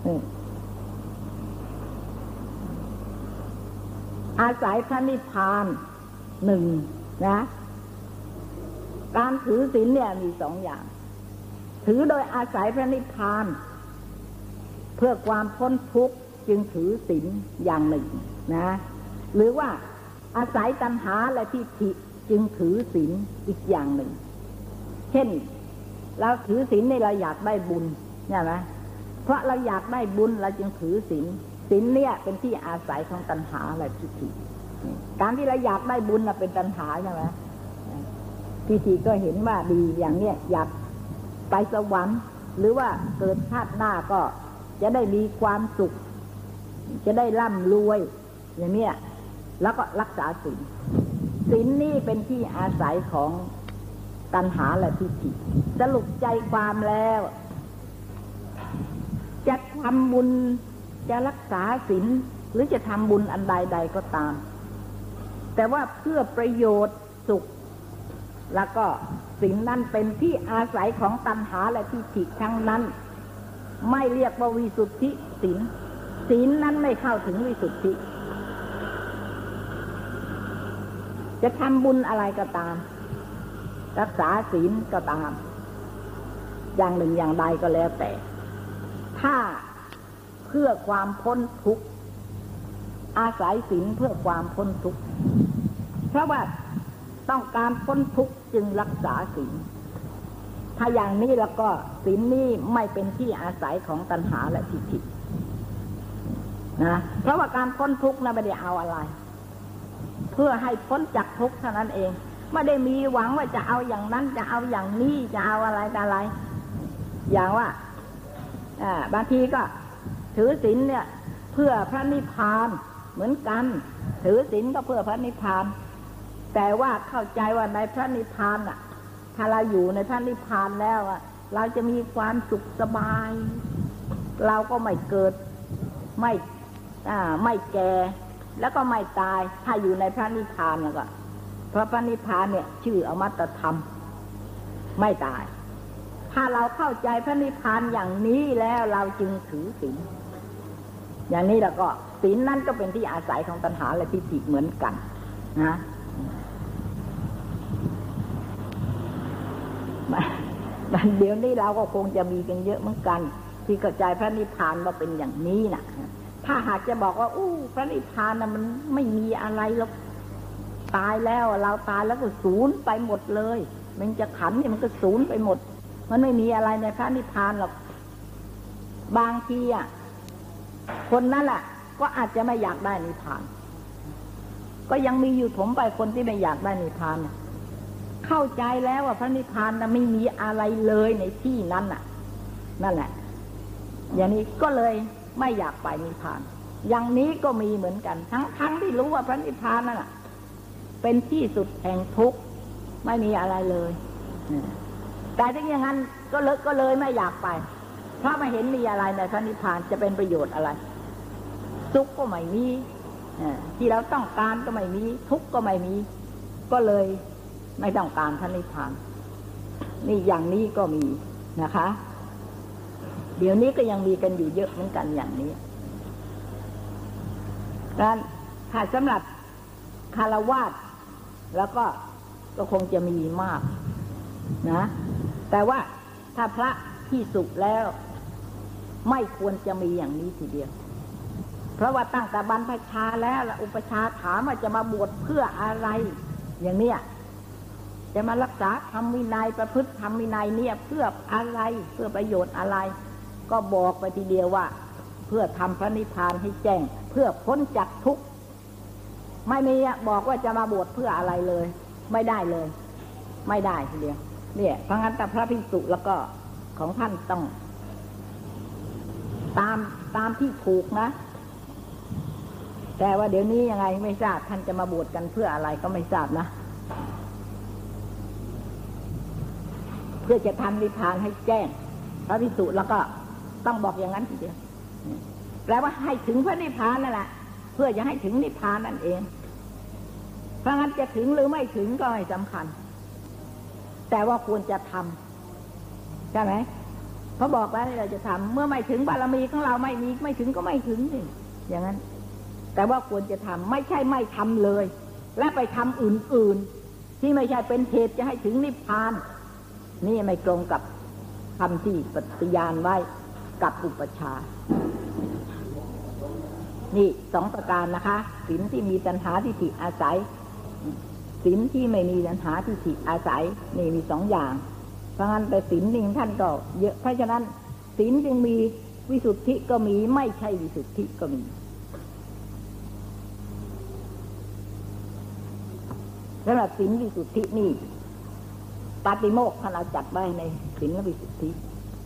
อาศัยพระนิพพานหนึ่งนะการถือศีลเนี่ยมีสองอย่างถือโดยอาศัยพระนิพพานเพื่อความพ้นทุกข์จึงถือศีลอย่างหนึ่งนะหรือว่าอาศัยตัณหาและทิฏฐิจึงถือศีลอีกอย่างหนึ่งเช่นเราถือศีลในเราอยากได้บุญใช่ไหมเพราะเราอยากได้บุญเราจึงถือศีลศีลเนี่ยเป็นที่อาศัยของตัณหาและทิฏฐิการที่เราอยากได้บุญเป็นตัณหาใช่ไหมทิฏฐิก็เห็นว่าดีอย่างเนี้ยอยากไปสวรรค์หรือว่าเกิดชาติหน้าก็จะได้มีความสุขจะได้ร่ำรวยอย่างเนี้ยแล้วก็รักษาศีลศีลนี่เป็นที่อาศัยของตัณหาและทิฏฐิสรุปใจความแล้วจะทำบุญจะรักษาศีลหรือจะทำบุญอันใดๆก็ตามแต่ว่าเพื่อประโยชน์สุขแล้วก็ศีลนั้นเป็นที่อาศัยของตัณหาและทิฏฐิทั้งนั้นไม่เรียกว่าวิสุทธิศีลศีลนั้นไม่เข้าถึงวิสุทธิจะทำบุญอะไรก็ตามรักษาศีลก็ตามอย่างหนึ่งอย่างใดก็แล้วแต่ถ้าเพื่อความพ้นทุกข์อาศัยศีลเพื่อความพ้นทุกข์เพราะว่าต้องการพ้นทุกข์จึงรักษาศีลถ้าอย่างนี้แล้วก็ศีลนี้ไม่เป็นที่อาศัยของตัณหาและทิฏฐินะเพราะว่าการพ้นทุกข์นั้นไม่ได้เอาอะไรเพื่อให้พ้นจากทุกข์เท่านั้นเองไม่ได้มีหวังว่าจะเอาอย่างนั้นจะเอาอย่างนี้จะเอาอะไรต่ออะไรอย่างว่าบางทีก็ถือศีลเนี่ยเพื่อพระนิพพานเหมือนกันถือศีลก็เพื่อพระนิพพานแต่ว่าเข้าใจว่าในพระนิพพานถ้าเราอยู่ในพระนิพพานแล้วเราจะมีความสุขสบายเราก็ไม่เกิดไม่แก่แล้วก็ไม่ตายถ้าอยู่ในพระนิพพานแล้วก็เพราะพระนิพพานเนี่ยชื่ออมตะธรรมไม่ตายถ้าเราเข้าใจพระนิพพานอย่างนี้แล้วเราจึงถือศีลอย่างนี้แล้วก็ศีลนั่นก็เป็นที่อาศัยของตัณหาและทิฏฐิเหมือนกันนะเดี๋ยวนี้เราก็คงจะมีกันเยอะเหมือนกันที่เข้าใจพระนิพพานว่าเป็นอย่างนี้นะถ้าหากจะบอกว่าพระนิพพานน่ะมันไม่มีอะไรหรอกตายแล้วเราตายแล้วก็สูญไปหมดเลยมันจะขันธ์นี่มันก็สูญไปหมดมันไม่มีอะไรในพระนิพพานหรอกบางทีคนนั้นก็อาจจะไม่อยากได้นิพพานก็ยังมีอยู่ถมไปคนที่ไม่อยากได้นิพพานเข้าใจแล้วว่าพระนิพพานน่ะไม่มีอะไรเลยในที่นั้นนั่นแหละอย่างนี้ก็เลยไม่อยากไปนิพพานอย่างนี้ก็มีเหมือนกันทั้งที่รู้ว่าพระนิพพานนั่นเป็นที่สุดแห่งทุกข์ไม่มีอะไรเลยแต่ถึงอย่างนั้นก็เลยไม่อยากไปเพราะไม่เห็นมีอะไรในพระนิพพานจะเป็นประโยชน์อะไรสุขก็ไม่มีที่เราต้องการก็ไม่มีทุกข์ก็ไม่มีก็เลยไม่ต้องการพระนิพพานนี่อย่างนี้ก็มีนะคะเดี๋ยวนี้ก็ยังมีกันอยู่เยอะเหมือนกันอย่างนี้การถ้าสำหรับคฤหัสถ์แล้วก็คงจะมีมากนะแต่ว่าถ้าพระภิกษุแล้วไม่ควรจะมีอย่างนี้ทีเดียวเพราะว่าตั้งแต่บรรพชาแล้วอุปชาถามว่าจะมาบวชเพื่ออะไรอย่างเนี้ยจะมารักษาธรรมวินัยประพฤติธรรมวินัยเนี่ยเพื่ออะไรเพื่อประโยชน์อะไรก็บอกไปทีเดียวว่าเพื่อทำพระนิพพานให้แจ้งเพื่อพ้นจากทุกข์ไม่มีบอกว่าจะมาบวชเพื่ออะไรเลยไม่ได้เลยไม่ได้ทีเดียวเนี่ยเพราะงั้นแต่พระภิกษุแล้วก็ของท่านต้องตามที่ถูกนะแต่ว่าเดี๋ยวนี้ยังไงไม่ทราบท่านจะมาบวชกันเพื่ออะไรก็ไม่ทราบนะเพื่อจะทำนิพพานให้แจ้งพระภิกษุแล้วก็ต้องบอกอย่างนั้นทีเดียวแปลว่าให้ถึงพระนิพพานนั่นแหละเพื่อจะให้ถึงนิพพานนั่นเองเพราะงั้นจะถึงหรือไม่ถึงก็ไม่สำคัญแต่ว่าควรจะทำใช่ไหมเขาบอกแล้วเราจะทำเมื่อไม่ถึงบารมีของเราไม่ถึงก็ไม่ถึงสิอย่างนั้นแต่ว่าควรจะทำไม่ใช่ไม่ทำเลยและไปทำอื่นๆที่ไม่ใช่เป็นเหตุจะให้ถึงนิพพานนี่ไม่ตรงกับคำที่ปฏิญาณไว้กับอุปชานี่สองประการนะคะศีลที่มีตัณหาทิฏฐิอาศัยศีลที่ไม่มีตัณหาทิฏฐิอาศัยนี่มีสองอย่างเพราะงั้นแต่ศีลหนึ่งท่านก็เยอะเพราะฉะนั้นศีลจึงมีวิสุทธิก็มีไม่ใช่วิสุทธิก็มีสำหรับศีลวิสุทธินี่ปาติโมกข์ท่านเอาจัดไว้ในศีลวิสุทธิ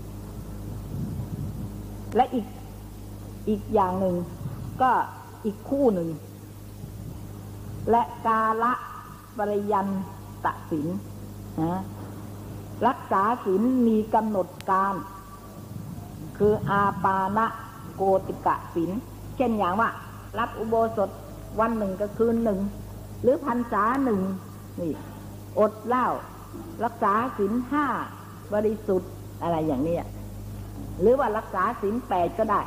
และอีกอย่างหนึ่งก็อีกคู่หนึ่งและกาละปริยันตศีลนะรักษาศีลมีกำหนดการคืออาปานะโกติกะศีลเช่นอย่างว่ารับอุโบสถวันหนึ่งก็คืนหนึ่งหรือพรรษาหนึ่งนี่อดเหล้ารักษาศีล5บริสุทธิ์อะไรอย่างนี้หรือว่ารักษาศีล8ก็ได้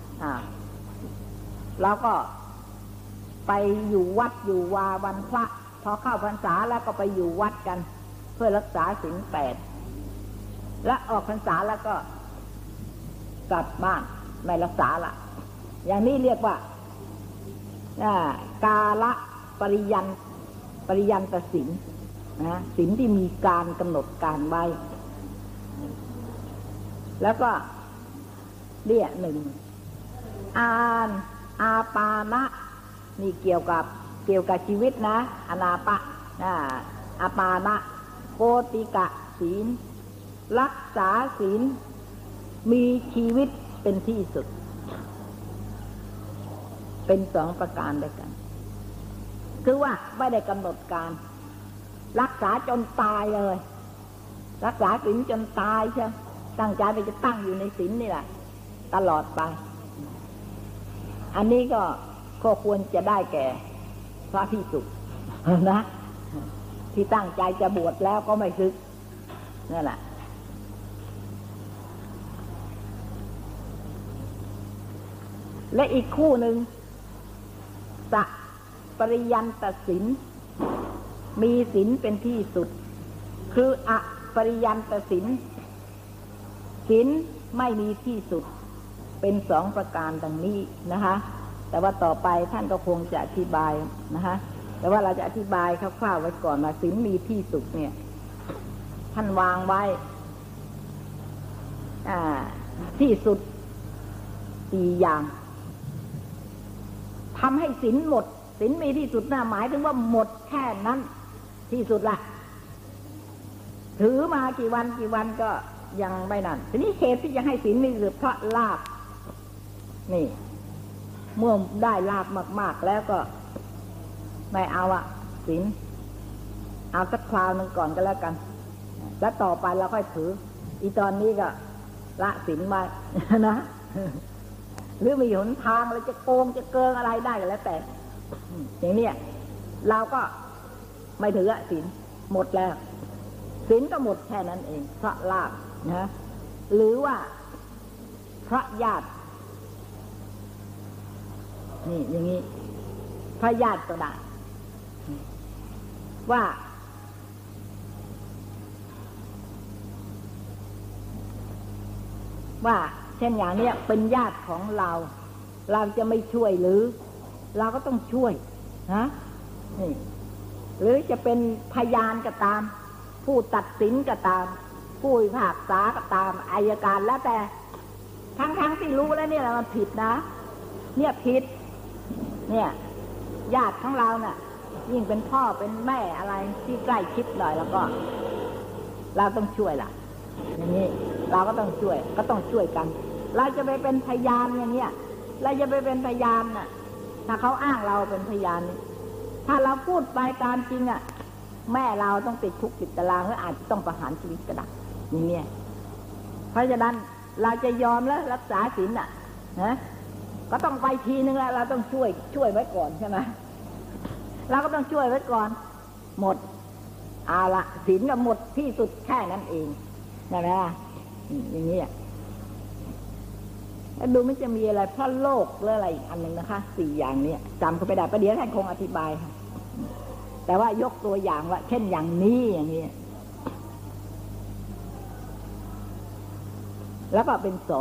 เราก็ไปอยู่วัดอยู่วาวันพระพอเข้าพรรษาแล้วก็ไปอยู่วัดกันเพื่อรักษาศีล8และออกพรรษาแล้วก็กลับบ้านไม่รักษาละอย่างนี้เรียกว่ากาละปริยันตศีลนะศีลที่มีการกำหนดการไว้แล้วก็เรียกหนึ่งอาปานะนี่เกี่ยวกับชีวิตนะอนาปะอาปานะโกติกะศีลรักษาศีลมีชีวิตเป็นที่สุดเป็นสองประการด้วยกันคือว่าไม่ได้กำหนดการรักษาจนตายเลยรักษาศีลจนตายใช่ตั้งใจไปจะตั้งอยู่ในศีลนี่แหละตลอดไปอันนี้ก็ควรจะได้แก่พระภิกษุนะที่ตั้งใจจะบวชแล้วก็ไม่ศึกนั่นแหละและอีกคู่หนึ่งสัพปริยันตศีลมีศีลเป็นที่สุดคืออปริยันตศีลศีลไม่มีที่สุดเป็นสองประการดังนี้นะคะแต่ว่าต่อไปท่านก็คงจะอธิบายนะคะแต่ว่าเราจะอธิบายคร่าวๆไว้ก่อนว่าศีลมีที่สุดเนี่ยท่านวางไว้ที่สุด4อย่างทำให้ศีลหมดศีลมีที่สุดน่ะหมายถึงว่าหมดแค่นั้นที่สุดละถือมากี่วันก็ยังไม่นั่นทีนี้เหตุที่จะให้ศีลมีคือเพราะลาภนี่เมื่อได้ลาภมากๆแล้วก็ไม่เอาศีลเอาสักคราวนึงก่อนก็แล้วกันแล้วต่อไปเราค่อยถืออีตอนนี้ก็ละศีลมานะหรือมีหนทางเราจะโกงจะเกินอะไรได้ก็แล้วแต่อย่างนี้เราก็ไม่ถือศีลหมดแล้วศีลก็หมดแค่นั้นเองเพราะลาภนะหรือว่าพระญาตินี่อย่างนี้พระญาติก็ได้ว่าเช่นอย่างนี้เป็นญาติของเราจะไม่ช่วยหรือเราก็ต้องช่วยนะนี่หรือจะเป็นพยานก็ตามผู้ตัดสินก็ตามผู้พิพากษาก็ตามอัยการแล้วแต่ทั้งที่รู้แล้วเนี่ยมันผิดนะเนี่ยผิดเนี่ยญาติของเราน่ะยิ่งเป็นพ่อเป็นแม่อะไรที่ใกล้ชิดหน่อยแล้วก็เราต้องช่วยล่ะอย่างนี้เราก็ต้องช่วยกันเราจะไปเป็นพยานอย่างเงี้ยเราจะไปเป็นพยานน่ะถ้าเขาอ้างเราเป็นพยานถ้าเราพูดไปตามจริงแม่เราต้องติดคุกติดตารางหรืออาจจะต้องประหารชีวิตก็ได้อย่างนี้เพราะฉะนั้นเราจะยอมแล้วรักษาศีลนะก็ต้องไปทีนึงแล้วเราต้องช่วยไว้ก่อนใช่ไหมเราก็ต้องช่วยไว้ก่อนหมดเอาละศีลก็หมดที่สุดแค่นั้นเองนะอย่างนี้แล้วดูไม่จะมีอะไรเพราะโลกหรืออะไรอีกอันหนึ่งนะคะ4อย่างนี้จำก็ไปได้ประเดี๋ยวท่านคงอธิบายค่ะแต่ว่ายกตัวอย่างว่าเช่นอย่างนี้อย่างนี้แล้วก็เป็น2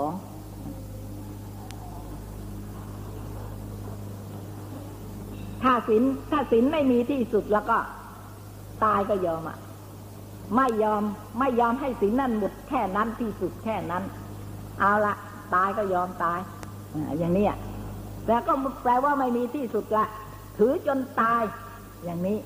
ถ้าศีลไม่มีที่สุดแล้วก็ตายก็ยอมไม่ยอมให้ศีลนั่นหมดแค่นั้นที่สุดแค่นั้นเอาละตายก็ยอมตายอย่างนี้แล้วก็แปลว่าไม่มีที่สุดละถือจนตายอย่างนี้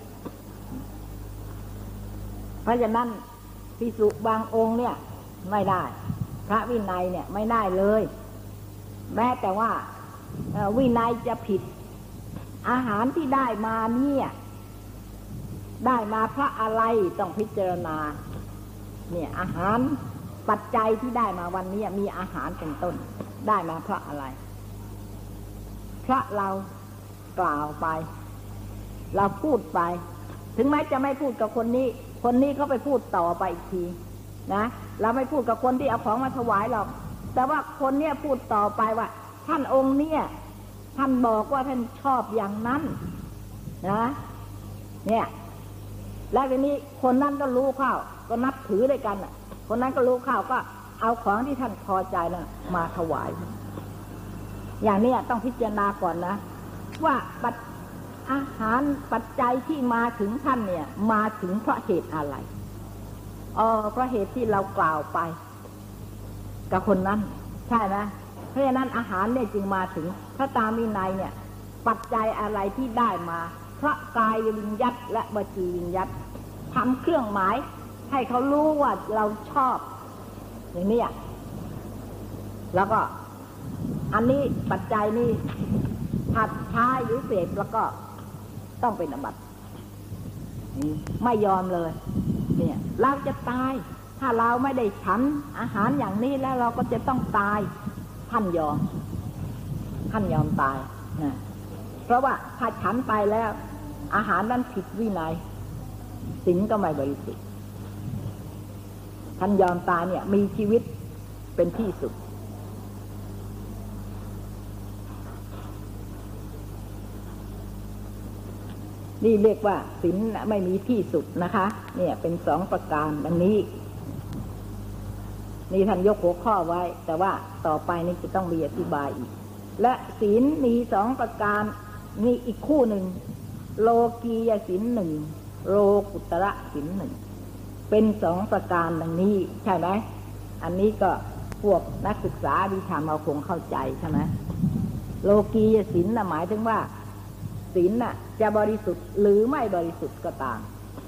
เพราะฉะนั้นภิกษุบางองค์เนี่ยไม่ได้พระวินัยเนี่ยไม่ได้เลยแม้แต่ว่าวินัยจะผิดอาหารที่ได้มาเนี่ยได้มาเพราะอะไรต้องพิจารณาเนี่ยอาหารปัจจัยที่ได้มาวันนี้มีอาหารเป็นต้นได้มาเพราะอะไรเพราะเรากล่าวไปเราพูดไปถึงแม้จะไม่พูดกับคนนี้เขาไปพูดต่อไปอีกทีนะเราไม่พูดกับคนที่เอาของมาถวายหรอกแต่ว่าคนเนี้ยพูดต่อไปว่าท่านองค์เนี่ยท่านบอกว่าท่านชอบอย่างนั้นนะเนี่ยแล้วทีนี้คนนั้นก็รู้เข้าก็นับถือด้วยกันคนนั้นก็รู้เข้าก็เอาของที่ท่านพอใจน่ะมาถวายอย่างนี้ต้องพิจารณาก่อนนะว่าอาหารปัจจัยที่มาถึงท่านเนี่ยมาถึงเพราะเหตุอะไรเพราะเหตุที่เรากล่าวไปกับคนนั้นใช่ไหมเพราะฉะนั้นอาหารเนี่ยจึงมาถึงพระตามวินัยเนี่ยปัจจัยอะไรที่ได้มาเพราะกายวิญญัตและวจีวิญญัตทำเครื่องหมายให้เขารู้ว่าเราชอบอย่างนี้แล้วก็อันนี้ปัจจัยนี้ถัดท้ายหรือเสพแล้วก็ต้องเป็นอาบัติไม่ยอมเลยเนี่ยเราจะตายถ้าเราไม่ได้ฉันอาหารอย่างนี้แล้วเราก็จะต้องตายท่านยอมตายนะเพราะว่าถ้าฉันไปแล้วอาหารนั้นผิดวินัยศีลก็ไม่บริสุทธิ์ท่านยอมตายเนี่ยมีชีวิตเป็นที่สุดนี่เรียกว่าศีลไม่มีที่สุดนะคะเนี่ยเป็น2ประการดังนี้นี่ท่านยกหัวข้อไว้แต่ว่าต่อไปนี่จะต้องมีอธิบายอีกและศีลมี2ประการนี่อีกคู่หนึ่งโลกียศีล1โลกุตระศีล1เป็น2ประการดังนี้ใช่ไหมอันนี้ก็พวกนักศึกษาวิชามาคงเข้าใจใช่ไหมโลกียศีลน่ะหมายถึงว่าศีลน่ะจะบริสุทธิ์หรือไม่บริสุทธิ์ก็ตาม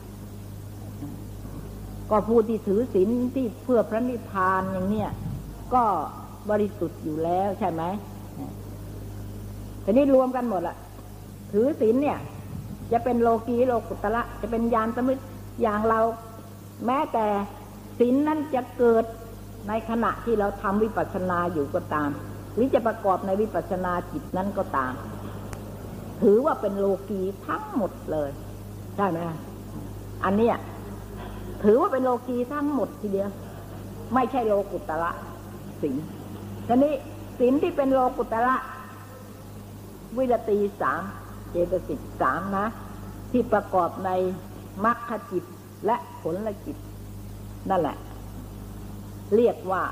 ก็ผู้ที่ถือศีลที่เพื่อพระนิพพานอย่างเนี้ยก็บริสุทธิ์อยู่แล้วใช่ไหมทีนี้รวมกันหมดละถือศีลเนี่ยจะเป็นโลกีโลกุตระจะเป็นญาณสมิทธิ์อย่างเราแม้แต่ศีลนั้นจะเกิดในขณะที่เราทำวิปัสสนาอยู่ก็ตามหรือจะประกอบในวิปัสสนาจิตนั้นก็ตามถือว่าเป็นโลกีทั้งหมดเลยใช่ไหมอันเนี้ยถือว่าเป็นโลกีทั้งหมดทีเดียวไม่ใช่โลกุตระศีลทีนี้ศีลที่เป็นโลกุตระวิรติ3เจตสิก3นะที่ประกอบในมรรคจิตและผลจิตนั่นแหละเรียกว่า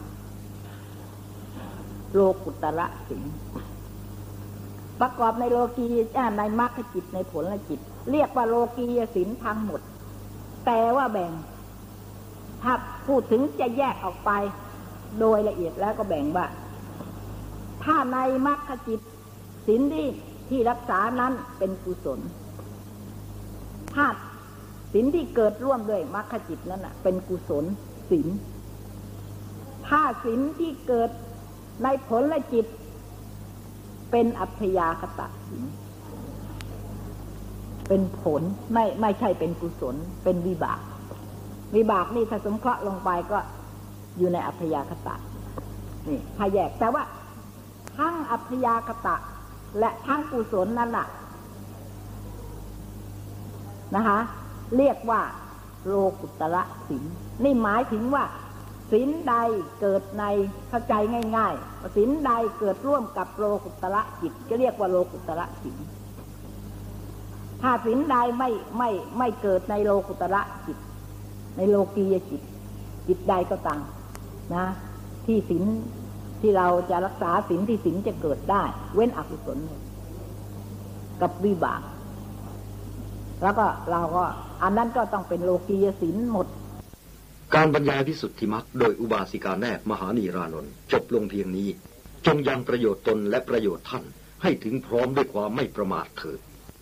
โลกุตระศีลประกอบในโลกีในมรรคจิตในผลจิตเรียกว่าโลกียศีลทั้งหมดแต่ว่าแบ่งถ้าพูดถึงจะแยกออกไปโดยละเอียดแล้วก็แบ่งว่าถ้าในมรรคจิตศีลที่รักษานั้นเป็นกุศลถ้าศีลที่เกิดร่วมด้วยมรรคจิตนั้นเป็นกุศลศีลถ้าศีลที่เกิดในผลจิตเป็นอัพยากตศีลเป็นผลไม่ใช่เป็นกุศลเป็นวิบากนี่ถ้าสงเคราะห์ลงไปก็อยู่ในอัพยากตนี่ถ้าแยกแต่ว่าทั้งอัพยากตและทั้งกุศลนั่นน่ะนะคะเรียกว่าโลกุตระศีลนี่หมายถึงว่าศีลใดเกิดในเข้าใจง่ายๆศีลใดเกิดร่วมกับโลกุตระจิตก็เรียกว่าโลกุตระศีลถ้าศีลใดไม่เกิดในโลกุตระจิตในโลกียจิตใดก็ตามนะที่ศีลที่เราจะรักษาศีลที่ศีลจะเกิดได้เว้นอกุศลกับวิบากแล้วก็เราก็อันนั้นก็ต้องเป็นโลกียศีลหมดการบรรยายวิสุทธิมรรคโดยอุบาสิกาแนบมหานีรานนท์จบลงเพียงนี้จงยังประโยชน์ตนและประโยชน์ท่านให้ถึงพร้อมด้วยความไม่ประมาทเถิด